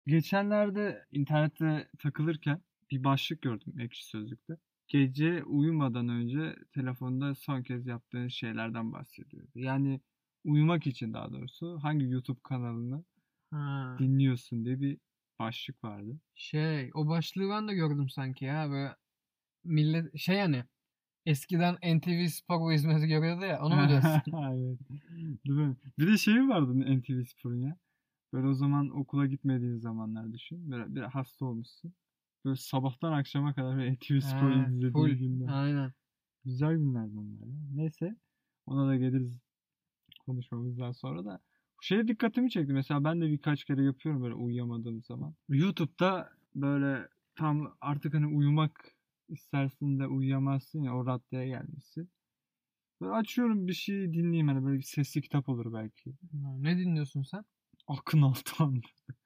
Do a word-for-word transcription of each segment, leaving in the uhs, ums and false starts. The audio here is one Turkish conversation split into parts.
Geçenlerde internette takılırken bir başlık gördüm Ekşi Sözlük'te. Gece uyumadan önce telefonda son kez yaptığın şeylerden bahsediyordu. Yani uyumak için daha doğrusu hangi YouTube kanalını Ha, dinliyorsun diye bir başlık vardı. şey o başlığı ben de gördüm sanki ya böyle millet şey hani eskiden N T V Spor bu hizmeti görüyordu ya onu mu diyorsun? Evet. Değil mi? Bir de şey vardı N T V Spor'un ya. Böyle o zaman okula gitmediğin zamanlar düşün. Böyle bir hasta olmuşsun. Böyle sabahtan akşama kadar N T V Spor Ha, izlediğin full günler. aynen. Güzel günlerdi onlar ya. Neyse. Ona da geliriz konuşmamızdan sonra da. Şeye dikkatimi çekti. Mesela ben de birkaç kere yapıyorum böyle uyuyamadığım zaman. YouTube'da böyle tam artık hani uyumak istersin de uyuyamazsın ya o raddeye gelmişsin. Böyle açıyorum bir şey dinleyeyim hani böyle bir sesli kitap olur belki. Ha, ne dinliyorsun sen? Akın Altan.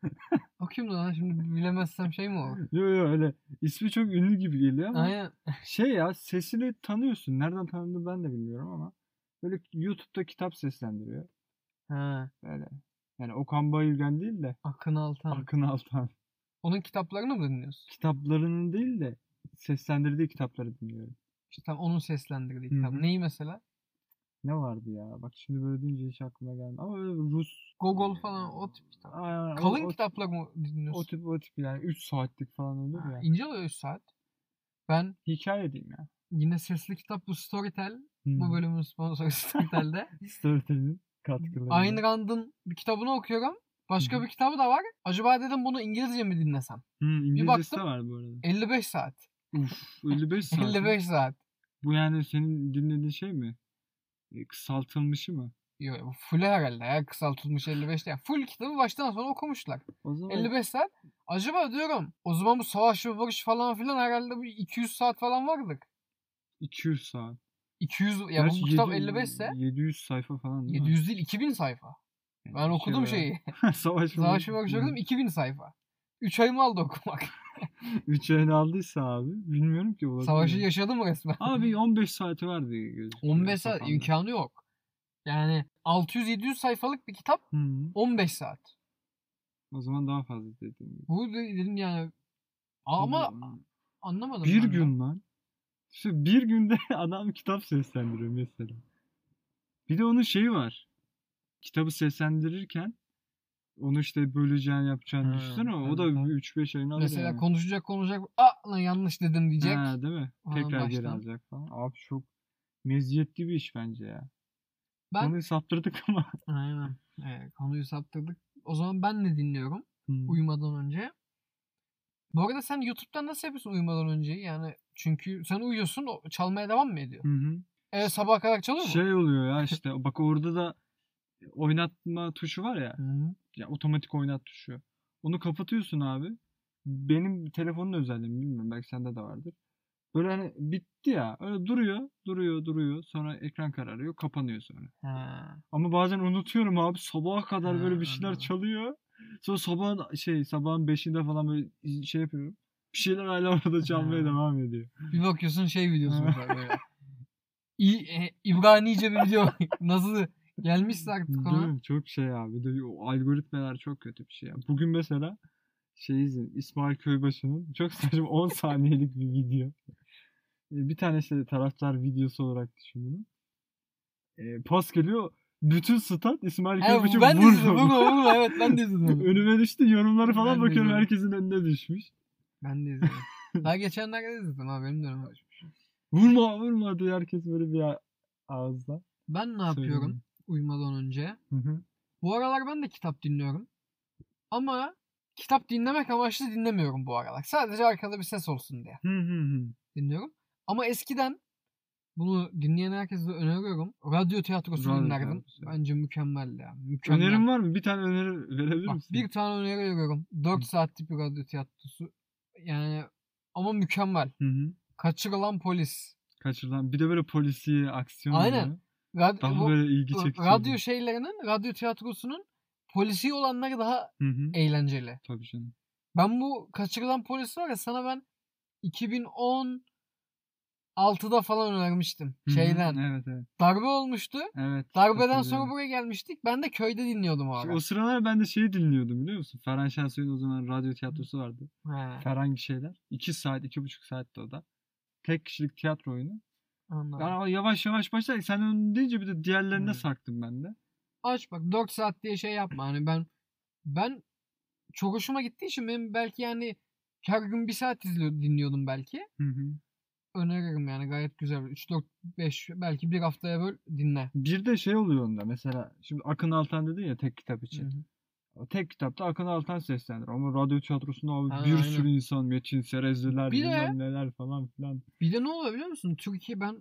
O kimdi lan şimdi bilemezsem şey mi o? Yo yo öyle. İsmi çok ünlü gibi geliyor ama Aynen. şey ya sesini tanıyorsun. Nereden tanıdığını ben de bilmiyorum ama böyle YouTube'da kitap seslendiriyor. Ha, Böyle. Yani Okan Bayülgen değil de Akın Altan. Akın Altan. Onun kitaplarını mı dinliyorsun? Kitaplarının değil de seslendirdiği kitapları dinliyorum. İşte tam onun seslendirdiği Hı kitap. hı. Neyi mesela? Ne vardı ya? Bak şimdi böyle deyince hiç aklıma gelmedi. Ama böyle Rus Gogol falan o tip kitap. Aa, o, Kalın o, kitaplar mı o dinliyorsun? tip o tip yani üç saatlik falan olur Ha, ya. ince oluyor üç saat. Ben Hikaye diyeyim ya. yine sesli kitap bu Storytel. Hı. Bu bölümün sponsoru Storytel'de. Storytel'in katkılarıyla. Ayn Rand'ın bir kitabını okuyorum. Hı Başka hı. bir kitabı da var. Acaba dedim bunu İngilizce mi dinlesem? Hı, Bir İngilizcesi de baktım var bu arada. elli beş saat. Uf, elli beş saat mi? elli beş saat. Bu yani senin dinlediğin şey mi? E, Kısaltılmışı mı? Yok bu full herhalde ya kısaltılmış elli beş değil. Full kitabı baştan sona okumuşlar. O zaman elli beş saat. Acaba diyorum o zaman bu Savaş ve Barış falan filan herhalde bu iki yüz saat falan vardır. iki yüz saat. iki yüz ya bu, Gerçi bu kitap elli beş ise yedi yüz sayfa falan değil mi? yedi yüz değil iki bin sayfa. Yani Ben bir şey okudum bayağı. şeyi. Savaş mı? Savaş ve Barış okudum iki bin sayfa. üç ayımı aldı okumak. üç ayını aldıysa abi. Bilmiyorum ki Savaşı olabilir. yaşadım resmen. Abi on beş saati var diye gözüküyor. on beş saat kafamda. imkanı yok. Yani altı yüz yedi yüz sayfalık bir kitap Hı. on beş saat. O zaman daha fazla dediğim gibi. Bu dedim yani ama anlamadım bir ben de. gün lan. İşte bir günde adam kitap seslendiriyor mesela. Bir de onun şeyi var. Kitabı seslendirirken onu işte böleceğin yapacağını Ha, düşünsene. O tabii, da tabii. üç beş ayını alır Mesela yani. konuşacak konuşacak. Aa lan yanlış dedim diyecek. Ha, değil mi? Falan Tekrar geri baştan. alacak falan. Abi çok meziyetli bir iş bence ya. Ben Konuyu saptırdık ama. aynen. Evet, konuyu saptırdık. O zaman ben de dinliyorum Hmm. uyumadan önce. Bu arada sen YouTube'dan nasıl yapıyorsun uyumadan önce? Yani çünkü sen uyuyorsun o çalmaya devam mı ediyor? Hı hı. Evet sabah kadar çalıyor mu? Şey oluyor ya işte bak orada da oynatma tuşu var ya. Hı. Ya otomatik oynat tuşu. Onu kapatıyorsun abi. Benim telefonun özelliği bilmiyorum belki sende de vardır. Böyle hani bitti ya. Öyle duruyor, duruyor, duruyor. Sonra ekran kararıyor, kapanıyor sonra. Ha. Ama bazen unutuyorum abi. Sabaha Ha, kadar böyle bir şeyler anladım. çalıyor. Sonra sabahın şey sabahın beşinde falan böyle şey yapıyorum. Bir şeyler hala orada çalmaya Ha. devam ediyor. Bir bakıyorsun şey videosu mesela böyle. İ, e, İbranice bir video nasıl gelmişse artık Değil ona. mi? Çok şey abi. De, o algoritmalar çok kötü bir şey. Ya. Bugün mesela şey izledim. İsmail Köybaşı'nın çok saçma on saniyelik bir video. E, Bir tane işte taraftar videosu olarak düşün bunu. E, pas geliyor. Bütün stat İsmail He, Köybaşı ben de izledim. vurma. Vurma vurma evet ben de izledim onu. Önüme düştü yorumları falan Ben de bakıyorum izledim. herkesin önüne düşmüş. Ben de izledim. Daha geçenlerde izledim ha benim de önüme düşmüş. Vurma vurma diye herkes böyle bir a- ağızla Ben ne yapıyorum söylüyor. uyumadan önce? Hı hı. Bu aralar ben de kitap dinliyorum. Ama kitap dinlemek amaçlı dinlemiyorum bu aralar. Sadece arkada bir ses olsun diye Hı hı hı. dinliyorum. Ama eskiden bunu dinleyen herkese de öneriyorum. Radyo tiyatrosu Radyo dinlerdim. tiyatrosu. Bence mükemmel ya. Mükemmel. Önerin var mı? Bir tane öneri verebilir Bak misin? bir tane öneri veriyorum. dört saatlik bir radyo tiyatrosu. Yani ama mükemmel. Hı hı. Kaçırılan polis. Kaçırılan. Bir de böyle polisiye aksiyon Aynen. oluyor. Rad- Daha bu böyle ilgi çekici radyo oluyor. şeylerinin, radyo tiyatrosunun polisi olanları daha Hı hı. eğlenceli. Tabii canım. Ben bu kaçırılan polis var ya sana ben iki bin on altıda falan önermiştim. Hı hı, Şeyden. Evet evet. Darbe olmuştu. Evet. Darbeden sonra hatırlıyorum. buraya gelmiştik. Ben de köyde dinliyordum o İşte ara. o sıralar ben de şeyi dinliyordum biliyor musun? Ferhan Şensoy'un o zaman radyo tiyatrosu vardı. He, Ferhan Gişeler. iki saat, iki buçuk saatte o da. Tek kişilik tiyatro oyunu. anladım. Yani yavaş yavaş başlar. Sen onu deyince bir de diğerlerine Hmm. sarktım ben de. Aç bak dört saat diye şey yapma. Hani ben ben çok hoşuma gittiği için benim belki yani her gün bir saat izliyor, dinliyordum belki. Hı hı. Öneririm yani gayet güzel. üç dört beş belki bir haftaya böl dinle. Bir de şey oluyor onda mesela. Şimdi Akın Altan dedin ya tek kitap Hı için. hı. O tek kitapta Akın Altan seslendir. Ama radyo tiyatrosunda abi Ha, bir aynen. sürü insan. Metin Serezliler Bir de bilmem neler falan filan. bir de ne oluyor biliyor musun? Türkiye ben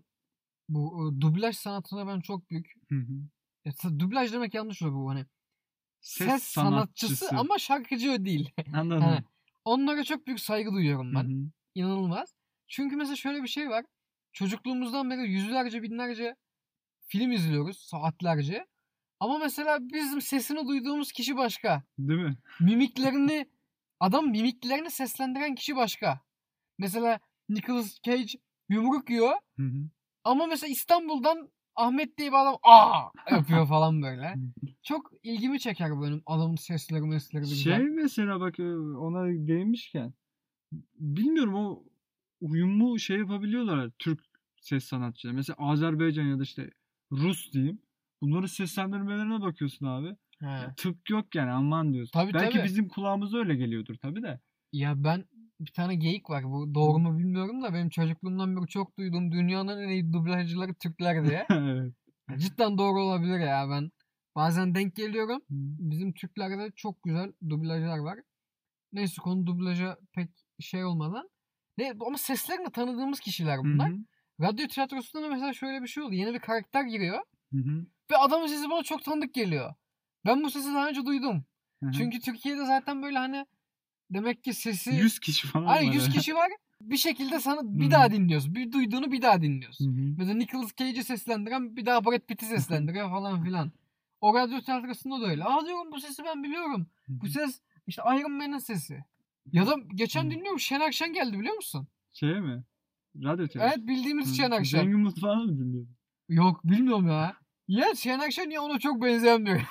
bu e, dublaj sanatına ben çok büyük. Hı hı. Ya, sa- dublaj demek yanlış olur bu hani. Ses Ses sanatçısı sanatçısı. ama şarkıcı o değil. Anladım. Hani onlara çok büyük saygı duyuyorum Hı ben. hı. İnanılmaz. Çünkü mesela şöyle bir şey var. Çocukluğumuzdan beri yüzlerce binlerce film izliyoruz saatlerce. Ama mesela bizim sesini duyduğumuz kişi başka. Değil mi? Mimiklerini adam mimiklerini seslendiren kişi başka. Mesela Nicolas Cage yumruk yiyor Hı hı. ama mesela İstanbul'dan Ahmet diye bir adam aa yapıyor falan böyle. Çok ilgimi çeker benim adamın sesleri mesleri bir Şey güzel. mesela bak e, ona değinmişken bilmiyorum o uyumu şey yapabiliyorlar Türk ses sanatçıları. Mesela Azerbaycan ya da işte Rus diyeyim. Bunların seslendirmelerine bakıyorsun abi. Ya He. tık yok yani aman diyorsun. Tabii Belki tabii. bizim kulağımıza öyle geliyordur tabii de. Ya ben bir tane geyik var. Bu doğru mu bilmiyorum da benim çocukluğumdan beri çok duyduğum dünyanın en iyi dublajcıları Türkler diye. Evet. Ya cidden doğru olabilir ya ben. Bazen denk geliyorum. Hı. Bizim Türklerde çok güzel dublajlar var. Neyse konu dublaja pek şey olmadan. Ne, ama seslerini tanıdığımız kişiler Hı bunlar. hı. Radyo tiyatrosunda da mesela şöyle bir şey oldu. Yeni bir karakter giriyor. Hı hı. Ve adamın sesi bana çok tanıdık geliyor. Ben bu sesi daha önce duydum. Hı hı. Çünkü Türkiye'de zaten böyle hani demek ki sesi yüz kişi falan hani var. yüz ya. kişi var. Bir şekilde sana bir Hı. daha dinliyorsun. Bir duyduğunu bir daha Hı dinliyorsun. hı. Mesela Nicolas Cage'i seslendiren bir daha Brad Pitt'i seslendiriyor falan filan. O radyo tiyatrosunda da öyle. Aa diyorum bu sesi ben biliyorum. Bu ses işte Iron Man'in sesi. Ya da geçen Hı. dinliyorum Şener Şen geldi biliyor musun? Şey mi? Radyo Evet tiyatrosu. bildiğimiz Hı. Şener Şen. Zengin Mutfağı'nı mı dinliyorsun? Yok bilmiyorum ya. Ya Şener Şen ya ona çok benzeyen biri.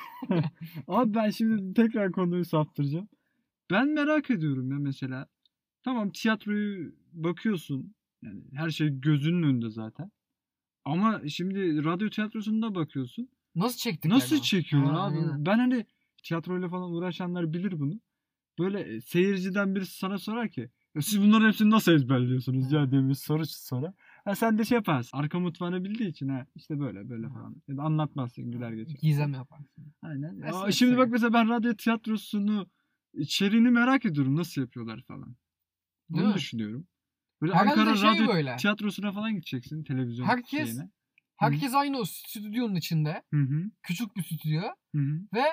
Abi ben şimdi tekrar konuyu saptıracağım. Ben merak ediyorum ya mesela. Tamam tiyatroyu bakıyorsun. Yani her şey gözünün önünde zaten. Ama şimdi radyo tiyatrosunda bakıyorsun. Nasıl çektikler Nasıl ama? çekiyorlar Ha, abi? aynen. Ben hani tiyatroyla falan uğraşanlar bilir bunu. Böyle e, seyirciden birisi sana sorar ki "Ya siz bunların hepsini nasıl ezberliyorsunuz Ha. ya diye bir soru sonra. Ha sen de şey yaparsın. Arka mutfağını bildiği için ha işte böyle böyle Ha. falan. Ya da anlatmazsın güler geçersin. Gizem yaparsın. Aynen. Aa, Meslek şimdi bak sırrı. mesela ben radyo tiyatrosunu içeriğini merak ediyorum. Nasıl yapıyorlar falan. Değil Onu mi? düşünüyorum. Böyle Herhalde Ankara şey radyo böyle. tiyatrosuna falan gideceksin televizyon Herkes şeyine. Hı herkes aynı o stüdyonun içinde. hı hı Küçük bir stüdyo. hı hı. Ve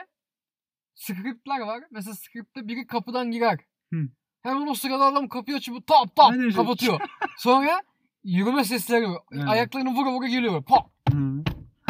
skriptler var. Mesela skripte biri kapıdan girer. Hı. Hemen o sırada adam kapıyı açıp tap tap Aynen işte. kapatıyor. Sonra yürüme sesleri. Evet. Ayaklarını vura vura geliyor. Pop. Hı.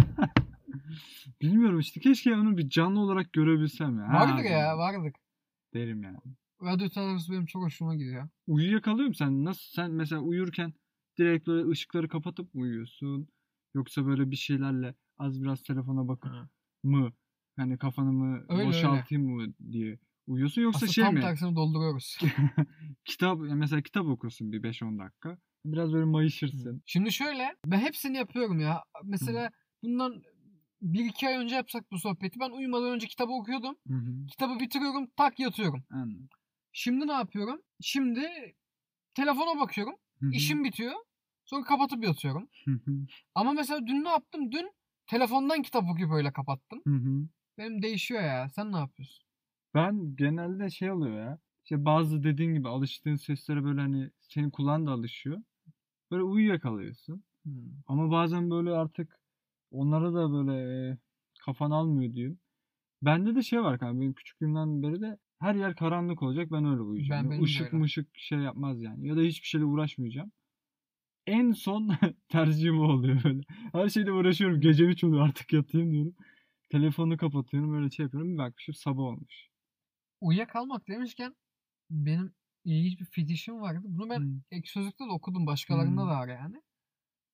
Bilmiyorum işte keşke onu bir canlı olarak görebilsem ya. Ha, Vardır o ya zaman vardır. derim yani. Radyo tiyatrosu benim çok hoşuma gidiyor. Uyuyakalıyor musun sen? Nasıl sen mesela uyurken direkt böyle ışıkları kapatıp mı uyuyorsun? Yoksa böyle bir şeylerle az biraz telefona bakıp Ha. mı hani kafanı mı Öyle öyle. boşaltayım mı diye uyuyorsun yoksa Aslında şey tam mi? tersini dolduruyoruz. Kitap mesela kitap okursun bir beş on dakika. Biraz böyle mayışırsın. Şimdi şöyle ben hepsini yapıyorum ya. Hı. Mesela bundan bir iki ay önce yapsak bu sohbeti ben uyumadan önce kitabı okuyordum. Hı hı. Kitabı bitiriyorum tak yatıyorum. Anladım. Şimdi ne yapıyorum? Şimdi telefona bakıyorum. Hı hı. İşim bitiyor. Sonra kapatıp yatıyorum. Hı hı. Ama mesela dün ne yaptım? Dün telefondan kitap okuyup öyle kapattım. Hı hı. Benim değişiyor ya. Sen ne yapıyorsun? Ben genelde şey oluyor ya. İşte bazı dediğin gibi alıştığın seslere böyle hani senin kulağın da alışıyor. Böyle uyuyakalıyorsun. Hmm. Ama bazen böyle artık onlara da böyle e, kafan almıyor diyeyim. Bende de şey var kanka benim küçüklüğümden beri de her yer karanlık olacak ben öyle uyuyacağım. Ben Ya benim de ışık öyle. mışık şey yapmaz yani. Ya da hiçbir şeyle uğraşmayacağım. En son tercihim o oluyor böyle. Her şeyle uğraşıyorum. Gece üç oluyor artık yatayım diyorum. Telefonu kapatıyorum böyle şey yapıyorum. Bir bakmışım sabah olmuş. Uyuyakalmak demişken benim ilginç bir fetişim vardı. Bunu ben Hmm. ek sözlükte de okudum. Başkalarında Hmm. da var yani.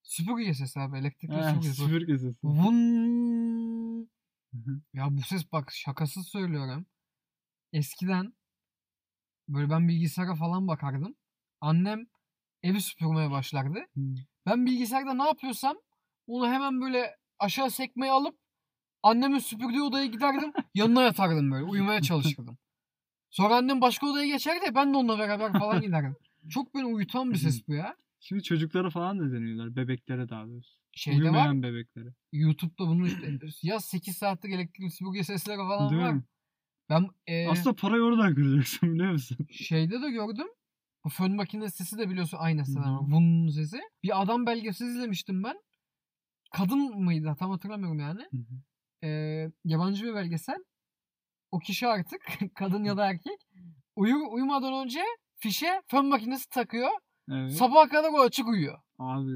Süpürge sesi abi. Elektrikli Ha, süpürge sesi. süpürge sesi. Vın. Hı hı. Ya bu ses bak şakasız söylüyorum. Eskiden böyle ben bilgisayara falan bakardım. Annem evi süpürmeye başlardı. Hı. Ben bilgisayarda ne yapıyorsam onu hemen böyle aşağı sekmeyi alıp annemin süpürdüğü odaya giderdim. Yanına yatardım böyle. Uyumaya çalışırdım. Sonra annem başka odaya geçerdi. Ben de onunla beraber falan giderdim. Çok beni uyutan bir ses bu ya. Şimdi çocuklara falan da deniyorlar. Bebeklere daha doğrusu. Şeyde Uyumayan var. bebeklere. YouTube'da bunun işte ya sekiz saatlik elektrikli süpürge sesleri falan Değil var. mi? Ben e, Aslında parayı oradan kıracaksın biliyor musun? şeyde de gördüm. Bu fön makinesi sesi de biliyorsun aynısı. Hı hı. Vun sesi. Bir adam belgeseli izlemiştim ben. Kadın mıydı? Tam hatırlamıyorum yani. Hı hı. E, yabancı bir belgesel. O kişi artık kadın ya da erkek uyu, uyumadan önce fişe fön makinesi takıyor. Evet. Sabaha kadar o açık uyuyor. Abi.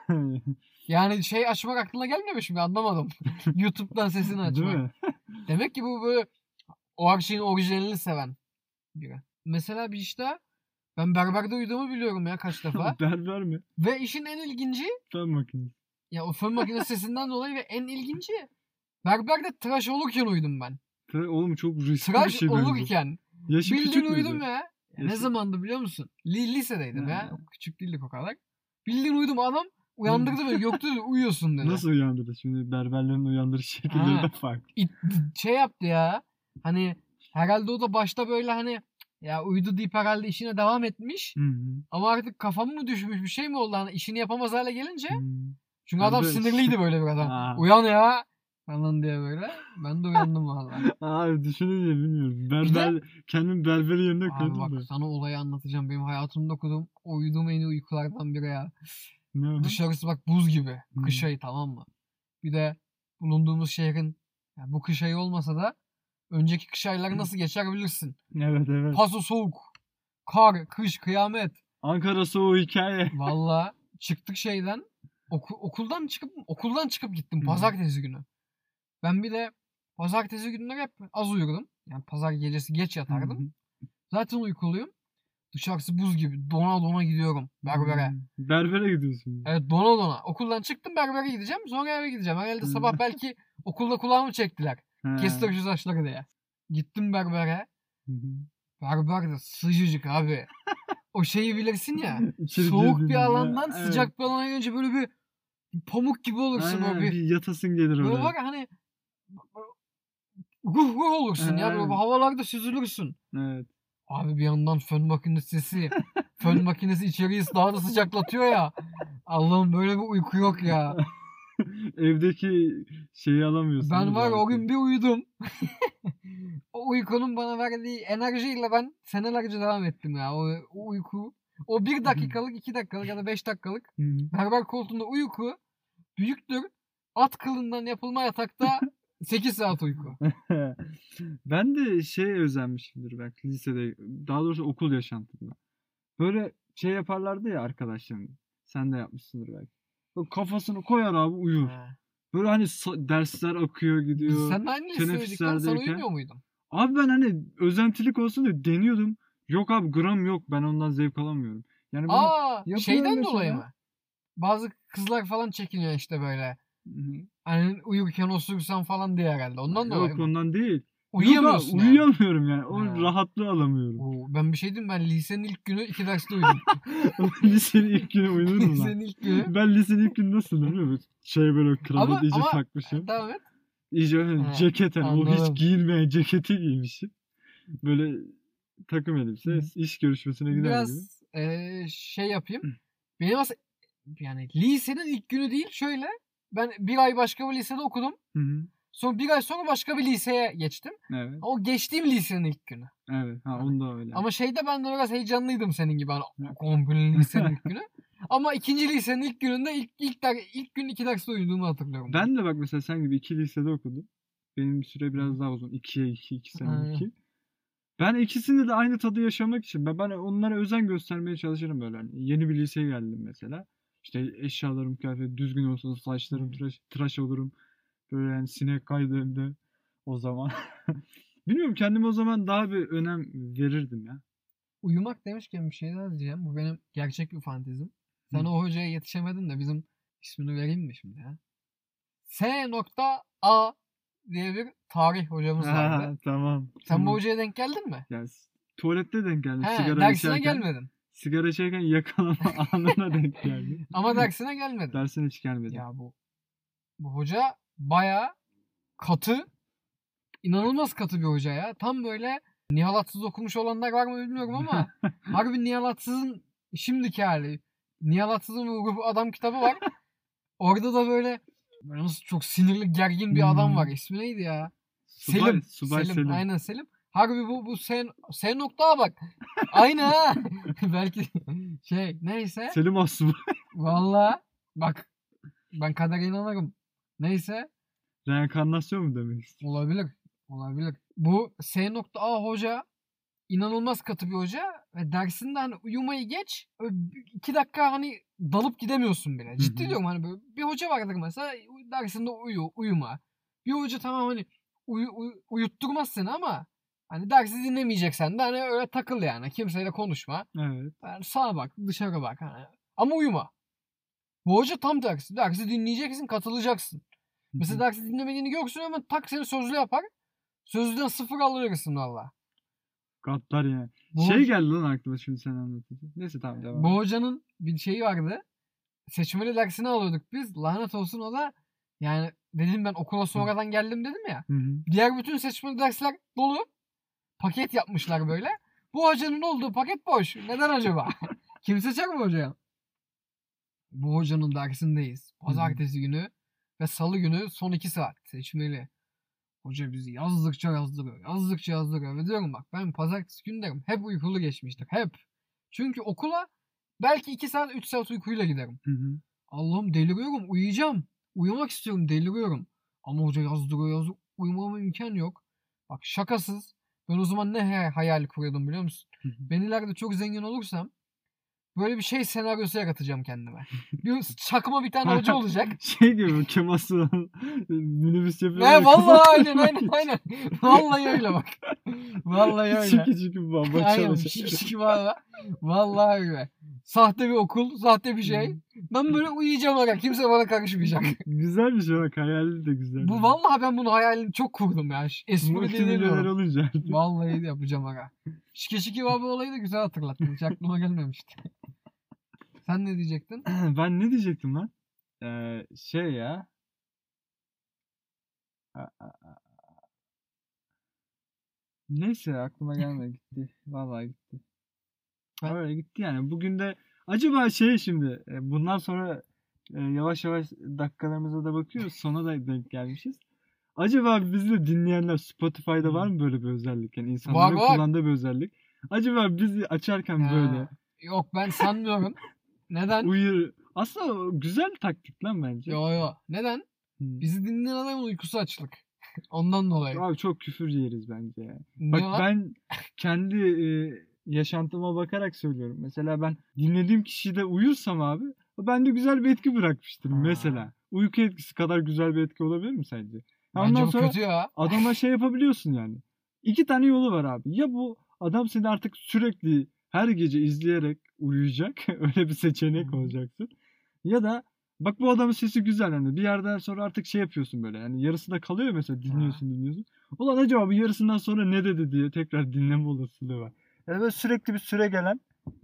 Yani şey açmak aklına gelmiyor mu şimdi anlamadım. YouTube'dan sesini Değil açmak. mi? Demek ki bu böyle o her şeyin orijinalini seven biri. Mesela bir işte ben berberde uyuduğumu biliyorum ya kaç defa. Berber mi? Ve işin en ilginci Fön makinesi. ya o fön makinesi sesinden dolayı ve en ilginci berberde tıraş olurken uyudum ben. Tıra- Oğlum çok riskli bir Tıraş şey bence. olurken Yaşı bildiğin küçük uyudum müydü? ya. Ya ne Yaşı- zamandı biliyor musun? Li- lisedeydim ya. Ha. Küçük değildik o kadar. Bildiğin uyudum adam uyandırdı beni. Yoktu dedi uyuyorsun dedi. Nasıl uyandırdı? Şimdi berberlerin uyandırış şekilleri Ha. de farklı. İt, şey yaptı ya. Hani herhalde o da başta böyle hani ya uyudu deyip herhalde işine devam etmiş. Hı hı. Ama artık kafam mı düşmüş bir şey mi oldu? Hani işini yapamaz hale gelince. Hı. Çünkü adam Abi- sinirliydi böyle bir adam. Aa. Uyan ya falan diye böyle. Ben de uyandım valla. Abi düşününce bilmiyorum. Berber, kendim berberi yerine Abi koydum bak da. sana olayı anlatacağım. Benim hayatımda okuduğum, uyuduğum en iyi uykulardan biri ya. Ne o? Dışarısı bak buz gibi. Hmm. Kış ayı tamam mı? Bir de bulunduğumuz şehrin yani bu kış ayı olmasa da önceki kış ayları nasıl geçer bilirsin. Evet evet. Paso soğuk. Kar, kış, kıyamet. Ankara soğuğu hikaye. Valla çıktık şeyden. Oku, okuldan çıkıp okuldan çıkıp gittim Hmm. pazartesi günü. Ben bir de pazartesi günleri hep az uyurdum. Yani pazar gecesi geç yatardım. Hı hı. Zaten uykuluyum. Dışarısı buz gibi. Dona dona gidiyorum berbere. Hmm. Berbere gidiyorsun. Evet dona dona. Okuldan çıktım berbere gideceğim. Sonra eve gideceğim. Herhalde Hı. sabah belki okulda kulağımı çektiler. He. Kestir şu saçları diye. Gittim berbere. Hı hı. Berber de sıcacık abi. O şeyi bilirsin ya. İçeri soğuk girdiğinde, bir alandan evet. sıcak bir alana gelince böyle bir pamuk gibi olursun. Aynen, Böyle bir, bir yatasın gelir böyle oraya. var ya hani ruh ruh olursun ya. Böyle Evet. havalarda süzülürsün. Evet. Abi bir yandan fön makinesi sesi. Fön makinesi içeriği daha da sıcaklatıyor ya. Allah'ım böyle bir uyku yok ya. Evdeki şeyi alamıyorsun. Ben değil mi var ya, o rahatı? gün bir uyudum. O uykunun bana verdiği enerjiyle ben senelerce devam ettim ya. O, o uyku. O bir dakikalık, iki dakikalık ya da beş dakikalık Hı hı. berber koltuğunda uyku büyüktür. At kılından yapılma yatakta sekiz saat uyku. Ben de şey özenmişimdir belki lisede, daha doğrusu okul yaşantımda. Böyle şey yaparlardı ya arkadaşlarım. Sen de yapmışsındır belki. Böyle kafasını koyar abi uyur. Ha. Böyle hani sa- dersler akıyor Biz gidiyor. seninle aynı lisedeydik lan. Sen teneffüslerdeyken. uyumuyor muydun? Abi ben hani özentilik olsun diye deniyordum. Yok abi gram yok. Ben ondan zevk alamıyorum. Yani bunu Aa, yapıyorum şeyden mesela. dolayı mı? Bazı kızlar falan çekiniyor işte böyle. Hı hı. Hani uyurken osursan falan diye herhalde. Ondan dolayı Yok mı? ondan değil. Uyuyamıyorsun Yok abi, yani. uyuyamıyorum yani. O Ha. rahatlığı alamıyorum. Oo, ben bir şey diyeyim ben lisenin ilk günü iki derste uyudum. Lisenin ilk günü uyudun mu lan? Lisenin ilk günü. Ben lisenin ilk günü nasıl biliyor musun? Şey böyle kravat Ama- iyice ama- takmışım. Devam et. İyice öyle He, ceket hani o anladım. hiç giyilmeyen ceketi giymişim. Böyle takım elbise Hı. iş görüşmesine gider gibi. Biraz eee, şey yapayım. Benim aslında yani lisenin ilk günü değil şöyle. Ben bir ay başka bir lisede okudum. Hı hı. Sonra bir ay sonra başka bir liseye geçtim. Evet. O geçtiğim lisenin ilk günü. Evet. Ha Hani- onda öyle. Ama şeyde ben de biraz heyecanlıydım senin gibi. Hani Hı. komple lisenin ilk günü. Ama ikinci lisenin ilk gününde ilk ilk, der, ilk gün iki derste uyuduğumu hatırlıyorum. Ben de bak mesela sen gibi iki lisede okudum. Benim bir süre biraz daha uzun. ikiye iki, iki sene Aynen. iki. Ben ikisinde de aynı tadı yaşamak için ben, ben onlara özen göstermeye çalışırım böyle. Hani yeni bir liseye geldim mesela. İşte eşyalarım, kıyafet düzgün olsun, saçlarım tıraş, tıraş olurum. Böyle yani sinek kaydığında o zaman. Bilmiyorum kendime o zaman daha bir önem verirdim ya. Uyumak demişken bir şey daha diyeceğim. Bu benim gerçek bir fantezim. Sen Hı. o hocaya yetişemedin de bizim İsmini vereyim mi şimdi ya? S A diye bir tarih hocamız vardı. Ha, tamam. Sen Tamam. bu hocaya denk geldin mi? Yani s- tuvalette denk geldim. He, Sigara dersine içerken. gelmedin. Sigara içerken yakalama anına denk geldi. Ama dersine gelmedin. Dersine hiç gelmedi. Ya bu bu hoca bayağı katı, inanılmaz katı bir hoca ya. Tam böyle Nihal Atsız okumuş olanlar var mı bilmiyorum ama harbi Nihal Atsız'ın şimdiki hali. Nihal Atsız'ın Ruh Adam kitabı var. Orada da böyle, böyle nasıl çok sinirli, gergin bir adam var. İsmi neydi ya? Subay, Selim. Subay Selim. Selim. Aynen Selim. Harbi bu bu sen sen noktaya bak. Aynı ha. Belki şey neyse. Selim Asubay. Vallahi bak ben kadere inanırım. Neyse. Reenkarnasyon mu demek istiyorsun? Olabilir. Olabilir. Bu S A hoca inanılmaz katı bir hoca ve dersinde hani uyumayı geç, iki dakika hani dalıp gidemiyorsun bile. Ciddi Hı hı. diyorum, hani böyle bir hoca vardır mesela dersinde uyu, uyuma. Bir hoca tamam hani uyu, uyu, uyutturmaz seni ama hani dersi dinlemeyeceksen de hani öyle takıl yani. Kimseyle konuşma. Evet. Yani sağa bak, dışarı bak hani. Ama uyuma. Bu hoca tam tersi. Dersi dinleyeceksin, katılacaksın. Mesela dersi dinlemediğini görsün hemen tak seni sözlü yapar. Sözlüden sıfır alırsın valla. Gaddar yani. Bu Şey hoca- geldi lan aklıma şimdi sen anlatınca. Neyse tamam devam. Bu hocanın bir şeyi vardı. Seçmeli dersini alıyorduk biz. Lanet olsun o da, yani dedim ben okula sonradan geldim dedim ya. Hı hı. Diğer bütün seçmeli dersler dolu. Paket yapmışlar böyle. Bu hocanın olduğu paket boş. Neden acaba? Kim seçer bu hocaya? Bu hocanın dersindeyiz. Pazartesi günü ve salı günü son iki saat seçmeli. Hoca bizi yazdıkça yazdırıyor. Yazdıkça yazdırıyor. Ve diyorum bak ben pazartesi günlerim hep uykulu geçmiştir. Hep. Çünkü okula belki iki saat üç saat uykuyla giderim. Hı hı. Allah'ım deliriyorum. Uyuyacağım. Uyumak istiyorum. Deliriyorum. Ama hoca yazdırıyor yazdırıyor. Uyumama imkan yok. Bak şakasız. Ben o zaman ne hay- hayal kuruyordum biliyor musun? Hı hı. Ben ileride çok zengin olursam böyle bir şey senaryosu yaratacağım kendime. Bir çakma bir tane hoca olacak. Şey gibi Kemal Sunal minibüs yapıyor. He vallahi aynen aynen aynen. Vallahi öyle bak. Vallahi öyle. Çiki çiki baba Aynen çalışıyor. şiki şiki valla. Vallahi öyle. Sahte bir okul, sahte bir şey. Ben böyle uyuyacağım aga. Kimse bana karışmayacak. Güzel bir şey bak hayali de güzel. Bu vallahi ben bunu hayalini çok kurdum ya. Espri Multimilyoner dinlemiyorum. olunca artık. Vallahi de yapacağım aga. Şike şiki baba olayı da güzel hatırlattın. Hiç aklıma gelmemişti. Sen ne diyecektin? Ben ne diyecektim lan? Ee, şey ya. A- a- a- Neyse aklıma gelmedi gitti. Vallahi gitti. Ben- Öyle gitti yani. Bugün de acaba şey şimdi e, bundan sonra e, yavaş yavaş dakikalarımıza da bakıyoruz. Sona da denk gelmişiz. Acaba bizi de dinleyenler Spotify'da var mı böyle bir özellik? Yani insanların Var, var. kullandığı bir özellik. Acaba bizi açarken Ha, böyle Yok ben sanmıyorum. Neden? uyur. Aslında o güzel bir taktik lan bence. Yo yo. Neden? Hmm. Bizi dinleyen adamın uykusu açlık. Ondan dolayı. Abi çok küfür yeriz bence ya. Niye Bak lan? ben kendi e, yaşantıma bakarak söylüyorum. Mesela ben dinlediğim kişide uyursam abi o bende güzel bir etki bırakmıştır Ha. mesela. Uyku etkisi kadar güzel bir etki olabilir mi sence? Bence Ondan bu sonra kötü ya. adama şey yapabiliyorsun yani. İki tane yolu var abi. Ya bu adam seni artık sürekli her gece izleyerek uyuyacak. Öyle bir seçenek Hı. olacaksın. Ya da bak bu adamın sesi güzel hani bir yerden sonra artık şey yapıyorsun böyle yani yarısında kalıyor mesela dinliyorsun dinliyorsun. Ulan acaba bu yarısından sonra ne dedi diye tekrar dinleme olasılığı var. Yani böyle sürekli bir süre gelen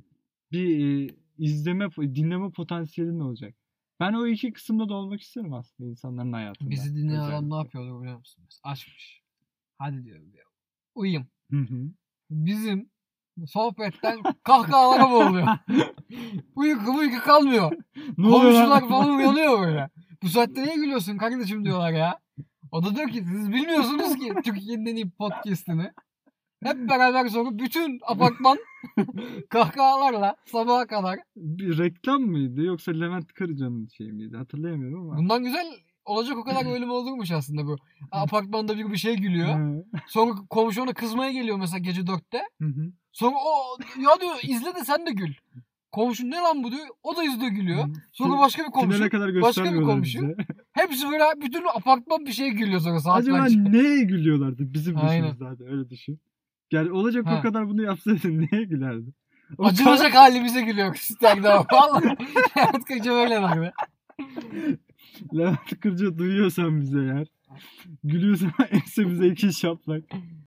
bir e, izleme dinleme potansiyelin olacak. Ben o iki kısımda da olmak isterim aslında insanların hayatında. Bizi dinleyen adam ne özellikle. yapıyordu biliyor musun? Açmış. Hadi diyor. ya, Uyuyayım. Hı hı. Bizim sohbetten kahkahalara boğuluyor. Uyku uyku kalmıyor. Ne oluyor lan? Komşular falan uyanıyor böyle. Bu saatte niye gülüyorsun kardeşim diyorlar ya. O da diyor ki siz bilmiyorsunuz ki Türkiye'nin en iyi podcast'ini. Hep beraber sonra bütün apartman kahkahalarla sabaha kadar. Bir reklam mıydı yoksa Levent Kırca'nın şey miydi hatırlayamıyorum ama. Bundan güzel olacak o kadar bölüm olurmuş aslında bu. Apartmanda bir bir şey gülüyor. Hı Sonra komşu ona kızmaya geliyor mesela gece dörtte. hı. Sonra o ya diyor izle de sen de gül. Komşu ne lan bu diyor. O da izliyor gülüyor. Sonra başka bir komşu. Finale kadar başka bir göstermiyorlar komşu. bize. Hepsi böyle bütün apartman bir şey gülüyor sonra saatlerce. Acaba neye gülüyorlardı bizim Aynen. dışımızda hadi öyle düşün. Yani olacak Ha. o kadar bunu yapsaydın neye gülerdi? O Acınacak halimize gülüyor. İsterdi ama. Vallahi. Hayat kaçı böyle bak be. Levent Kırca duyuyorsan bize eğer. Gülüyorsan ensemize iki şaplak.